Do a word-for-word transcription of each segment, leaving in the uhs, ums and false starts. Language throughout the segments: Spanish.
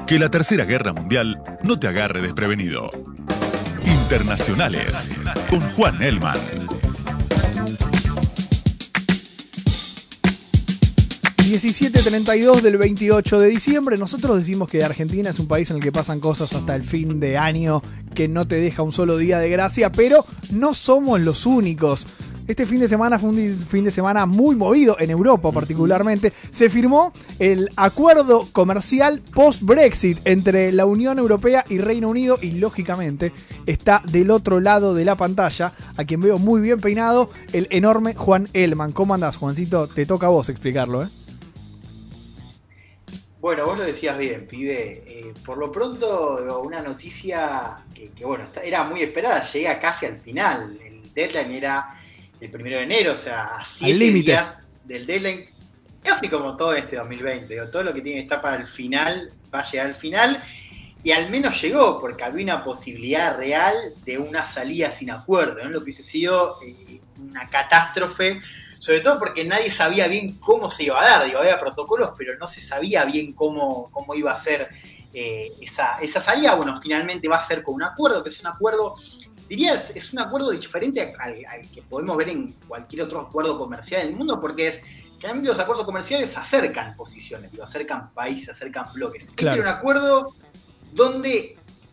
Que la Tercera Guerra Mundial no te agarre desprevenido. Internacionales, con Juan Elman. diecisiete treinta y dos del veintiocho de diciembre. Nosotros decimos que Argentina es un país en el que pasan cosas hasta el fin de año que no te deja un solo día de gracia, pero no somos los únicos. Este fin de semana fue un fin de semana muy movido en Europa particularmente. Se firmó el acuerdo comercial post-Brexit entre la Unión Europea y Reino Unido y lógicamente está del otro lado de la pantalla, a quien veo muy bien peinado, el enorme Juan Elman. ¿Cómo andás, Juancito? Te toca a vos explicarlo, ¿eh? Bueno, vos lo decías bien, pibe. Eh, por lo pronto, una noticia que, que bueno, era muy esperada, llega casi al final. El deadline era el primero de enero, o sea, a siete días del deadline, casi como todo en este dos mil veinte. Digo, todo lo que tiene que estar para el final va a llegar al final, y al menos llegó, porque había una posibilidad real de una salida sin acuerdo, ¿no? Lo que hubiese sido eh, una catástrofe, sobre todo porque nadie sabía bien cómo se iba a dar. Digo, había protocolos, pero no se sabía bien cómo, cómo iba a ser eh, esa, esa salida. Bueno, finalmente va a ser con un acuerdo, que es un acuerdo, diría, es, es un acuerdo diferente al, al que podemos ver en cualquier otro acuerdo comercial en el mundo, porque es, generalmente los acuerdos comerciales acercan posiciones, digo, acercan países, acercan bloques. Claro. Este era un acuerdo donde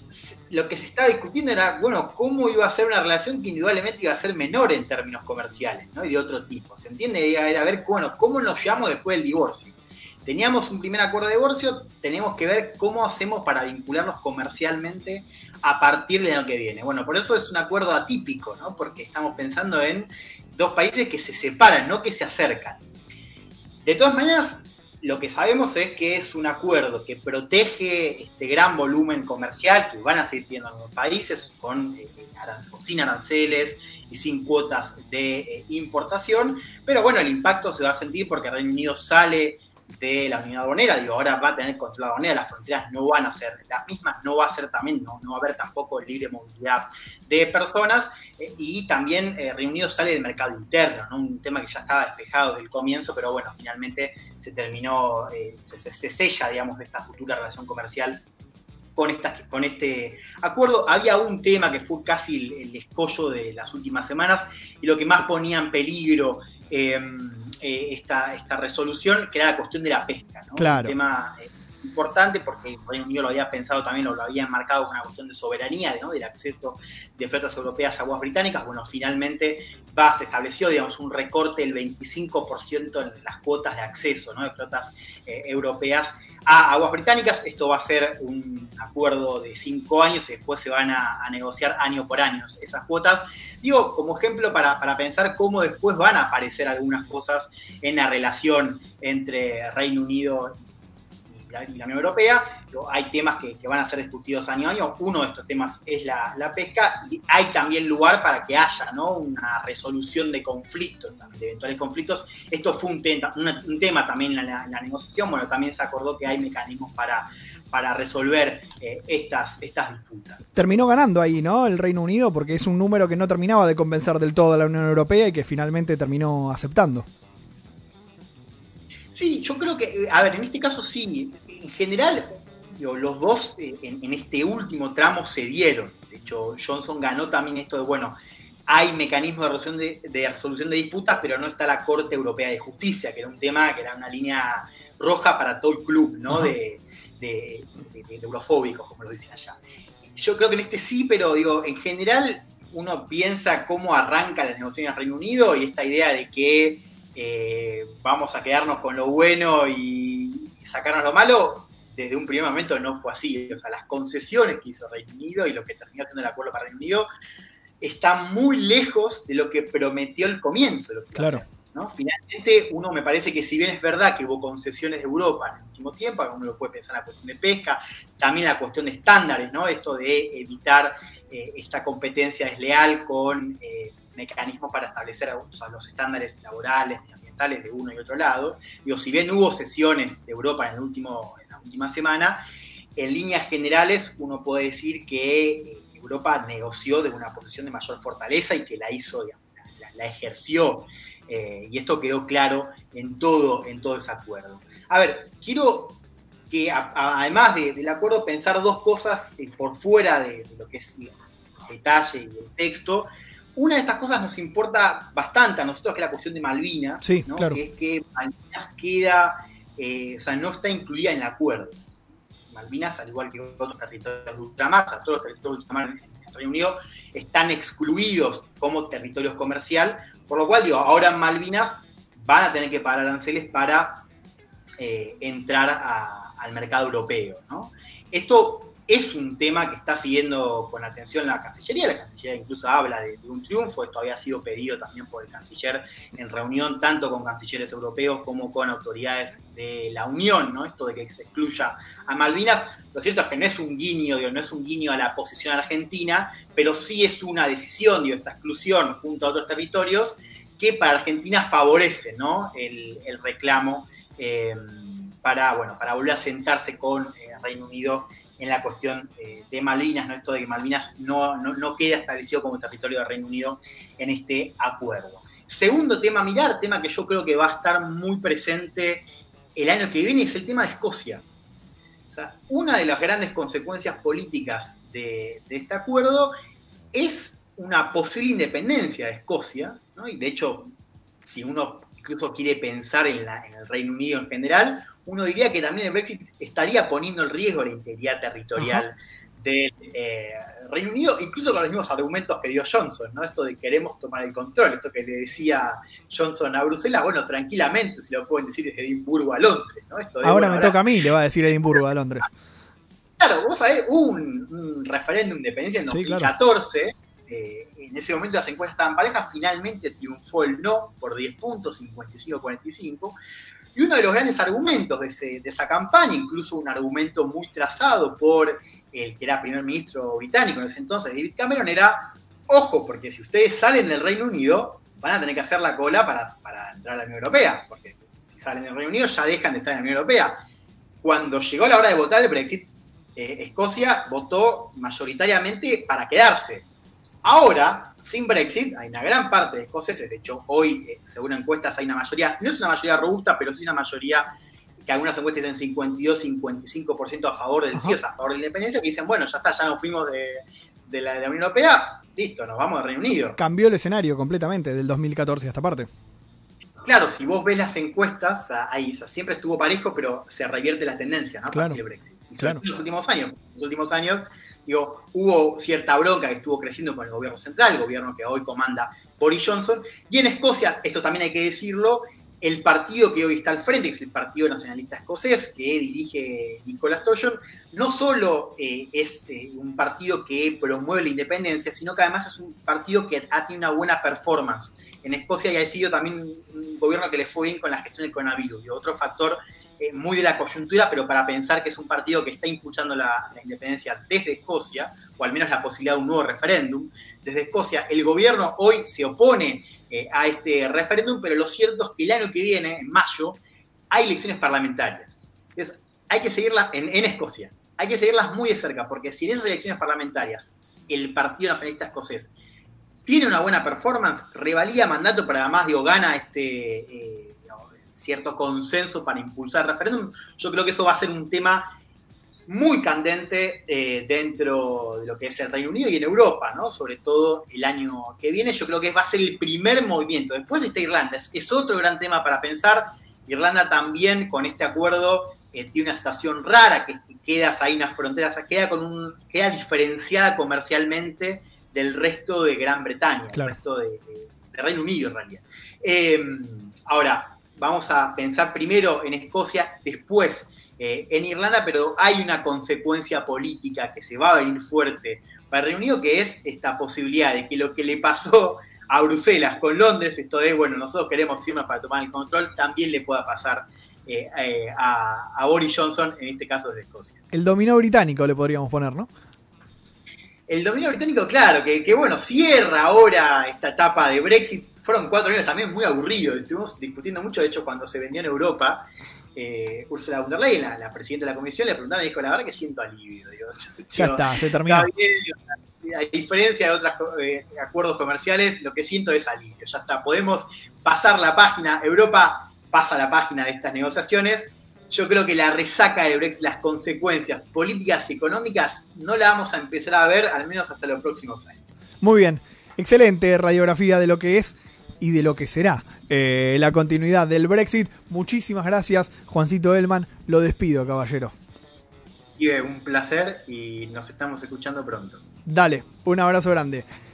lo que se estaba discutiendo era, bueno, cómo iba a ser una relación que indudablemente iba a ser menor en términos comerciales, ¿no? Y de otro tipo, ¿se entiende? Era ver, bueno, cómo nos llevamos después del divorcio. Teníamos un primer acuerdo de divorcio, tenemos que ver cómo hacemos para vincularnos comercialmente a partir del año que viene. Bueno, por eso es un acuerdo atípico, ¿no? Porque estamos pensando en dos países que se separan, no que se acercan. De todas maneras, lo que sabemos es que es un acuerdo que protege este gran volumen comercial que van a seguir teniendo algunos países con, eh, aranc- sin aranceles y sin cuotas de eh, importación, pero bueno, el impacto se va a sentir porque Reino Unido sale de la unidad aduanera, digo, ahora va a tener control aduanera, las fronteras no van a ser las mismas, no va a ser también, no, no va a haber tampoco libre movilidad de personas, eh, y también eh, Reino Unido sale del mercado interno, ¿no? Un tema que ya estaba despejado desde el comienzo, pero bueno, finalmente se terminó, eh, se, se, se sella, digamos, esta futura relación comercial con, esta, con este acuerdo. Había un tema que fue casi el, el escollo de las últimas semanas y lo que más ponía en peligro eh, eh, esta, esta resolución, que era la cuestión de la pesca, ¿no? Claro. Un tema eh, importante porque el Reino Unido lo había pensado también, lo, lo había enmarcado como una cuestión de soberanía, ¿no? Del acceso de flotas europeas a aguas británicas. Bueno, finalmente va, se estableció, digamos, un recorte del veinticinco por ciento en las cuotas de acceso, ¿no? De flotas eh, europeas a aguas británicas. Esto va a ser un acuerdo de cinco años y después se van a, a negociar año por año esas cuotas. Digo, como ejemplo para, para pensar cómo después van a aparecer algunas cosas en la relación entre Reino Unido y la, y la Unión Europea. Digo, hay temas que, que van a ser discutidos año a año. Uno de estos temas es la, la pesca, y hay también lugar para que haya, ¿no? Una resolución de conflictos, de eventuales conflictos. Esto fue un, tema, un, un tema también en la, en la negociación. Bueno, también se acordó que hay mecanismos para para resolver eh, estas, estas disputas. Terminó ganando ahí, ¿no? El Reino Unido, porque es un número que no terminaba de convencer del todo a la Unión Europea y que finalmente terminó aceptando. Sí, yo creo que, a ver, en este caso sí, en general, digo, los dos eh, en, en este último tramo se dieron. De hecho, Johnson ganó también esto de, bueno, hay mecanismos de resolución de, de resolución de disputas, pero no está la Corte Europea de Justicia, que era un tema, que era una línea roja para todo el club, ¿no? De, de, de, de eurofóbicos, como lo dicen allá. Yo creo que en este sí, pero digo, en general uno piensa cómo arranca las negociaciones en Reino Unido y esta idea de que eh, vamos a quedarnos con lo bueno y, y sacarnos lo malo, desde un primer momento no fue así. O sea, las concesiones que hizo Reino Unido y lo que terminó siendo el acuerdo para Reino Unido está muy lejos de lo que prometió el comienzo de lo que claro. iba a hacer, ¿no? Finalmente, uno me parece que si bien es verdad que hubo concesiones de Europa en el último tiempo, uno lo puede pensar en la cuestión de pesca, también la cuestión de estándares, ¿no? Esto de evitar eh, esta competencia desleal con eh, mecanismos para establecer, o sea, los estándares laborales y ambientales de uno y otro lado. Digo, si bien hubo sesiones de Europa en, el último, en la última semana, en líneas generales uno puede decir que eh, Europa negoció desde una posición de mayor fortaleza y que la hizo, digamos, la, la ejerció, eh, y esto quedó claro en todo, en todo ese acuerdo. A ver, quiero que a, a, además de, del acuerdo, pensar dos cosas eh, por fuera de, de lo que es el detalle y el texto. Una de estas cosas nos importa bastante a nosotros, que es la cuestión de Malvinas, sí, ¿no? Claro. Que es que Malvinas queda, eh, o sea, no está incluida en el acuerdo. Malvinas, al igual que otros territorios de ultramar, o sea, todos los territorios de ultramar en el Reino Unido están excluidos como territorio comercial, por lo cual, digo, ahora en Malvinas van a tener que pagar aranceles para eh, entrar a, al mercado europeo, ¿no? Esto es un tema que está siguiendo con atención la Cancillería. La Cancillería incluso habla de, de un triunfo. Esto había sido pedido también por el canciller en reunión tanto con cancilleres europeos como con autoridades de la Unión, ¿no? Esto de que se excluya a Malvinas. Lo cierto es que no es un guiño, digo, no es un guiño a la posición argentina, pero sí es una decisión, digo, esta exclusión junto a otros territorios que para Argentina favorece, ¿no? el, el reclamo eh, para, bueno, para volver a sentarse con eh, Reino Unido en la cuestión eh, de Malvinas, ¿no? Esto de que Malvinas no, no, no queda establecido como territorio del Reino Unido en este acuerdo. Segundo tema a mirar, tema que yo creo que va a estar muy presente el año que viene, es el tema de Escocia. O sea, una de las grandes consecuencias políticas de, de este acuerdo es una posible independencia de Escocia, ¿no? Y de hecho, si uno incluso quiere pensar en, la, en el Reino Unido en general, uno diría que también el Brexit estaría poniendo en riesgo la integridad territorial uh-huh. del eh, Reino Unido, incluso con los mismos argumentos que dio Johnson, ¿no? Esto de queremos tomar el control, esto que le decía Johnson a Bruselas, bueno, tranquilamente se lo pueden decir desde Edimburgo a Londres, ¿no? Esto de, ahora bueno, me ahora, toca a mí, le va a decir Edimburgo a Londres. Claro, vos sabés, hubo un, un referéndum de independencia en dos mil catorce, sí, claro. eh, en ese momento las encuestas estaban parejas, finalmente triunfó el no por diez puntos, cincuenta y cinco a cuarenta y cinco, y uno de los grandes argumentos de, ese, de esa campaña, incluso un argumento muy trazado por el que era primer ministro británico en ese entonces, David Cameron, era, ojo, porque si ustedes salen del Reino Unido, van a tener que hacer la cola para, para entrar a la Unión Europea, porque si salen del Reino Unido ya dejan de estar en la Unión Europea. Cuando llegó la hora de votar el Brexit, eh, Escocia votó mayoritariamente para quedarse. Ahora, sin Brexit, hay una gran parte de escoceses, de hecho hoy, eh, según encuestas, hay una mayoría, no es una mayoría robusta, pero sí una mayoría que algunas encuestas dicen cincuenta y dos a cincuenta y cinco por ciento a favor del sí, o sea, a favor de la independencia, que dicen, bueno, ya está, ya nos fuimos de, de, la, de la Unión Europea, listo, nos vamos al Reino Unido. Cambió el escenario completamente del dos mil catorce a esta parte. Claro, si vos ves las encuestas, ahí, o sea, siempre estuvo parejo, pero se revierte la tendencia, ¿no? Claro, del Brexit. Y claro. En los últimos años, en los últimos años, digo, hubo cierta bronca que estuvo creciendo con el gobierno central, el gobierno que hoy comanda Boris Johnson, y en Escocia, esto también hay que decirlo, el partido que hoy está al frente, que es el Partido Nacionalista Escocés, que dirige Nicola Sturgeon, no solo eh, es eh, un partido que promueve la independencia, sino que además es un partido que ha tenido una buena performance en Escocia y ha sido también un gobierno que le fue bien con la gestión del coronavirus. Y otro factor eh, muy de la coyuntura, pero para pensar que es un partido que está impulsando la, la independencia desde Escocia, o al menos la posibilidad de un nuevo referéndum. Desde Escocia, el gobierno hoy se opone Eh, a este referéndum, pero lo cierto es que el año que viene, en mayo, hay elecciones parlamentarias. Entonces, hay que seguirlas en, en Escocia, hay que seguirlas muy de cerca, porque si en esas elecciones parlamentarias el Partido Nacionalista Escocés tiene una buena performance, revalida mandato, pero además digo, gana este eh, cierto consenso para impulsar el referéndum, yo creo que eso va a ser un tema muy candente eh, dentro de lo que es el Reino Unido y en Europa, ¿no? Sobre todo el año que viene. Yo creo que va a ser el primer movimiento. Después está Irlanda, es, es otro gran tema para pensar. Irlanda también, con este acuerdo, eh, tiene una situación rara, que queda ahí en las fronteras, queda, con un, queda diferenciada comercialmente del resto de Gran Bretaña, claro. El resto de, de, de Reino Unido, en realidad. Eh, ahora, vamos a pensar primero en Escocia, después Eh, en Irlanda, pero hay una consecuencia política que se va a venir fuerte para el Reino Unido, que es esta posibilidad de que lo que le pasó a Bruselas con Londres, esto de, bueno, nosotros queremos irnos para tomar el control, también le pueda pasar eh, eh, a, a Boris Johnson, en este caso de Escocia. El dominó británico le podríamos poner, ¿no? El dominio británico, claro, que, que bueno, cierra ahora esta etapa de Brexit. Fueron cuatro años también muy aburridos, estuvimos discutiendo mucho, de hecho, cuando se vendió en Europa. Eh, Ursula von der Leyen, la, la presidenta de la comisión, le preguntaron y dijo, la verdad que siento alivio. Digo, ya digo, está, se terminó. Está bien, a diferencia de otros eh, acuerdos comerciales, lo que siento es alivio. Ya está, podemos pasar la página, Europa pasa la página de estas negociaciones yo creo que la resaca de Brexit, las consecuencias políticas y económicas, no la vamos a empezar a ver al menos hasta los próximos años. Muy bien, excelente radiografía de lo que es y de lo que será eh, la continuidad del Brexit. Muchísimas gracias, Juancito Elman. Lo despido, caballero. Y un placer y nos estamos escuchando pronto. Dale, un abrazo grande.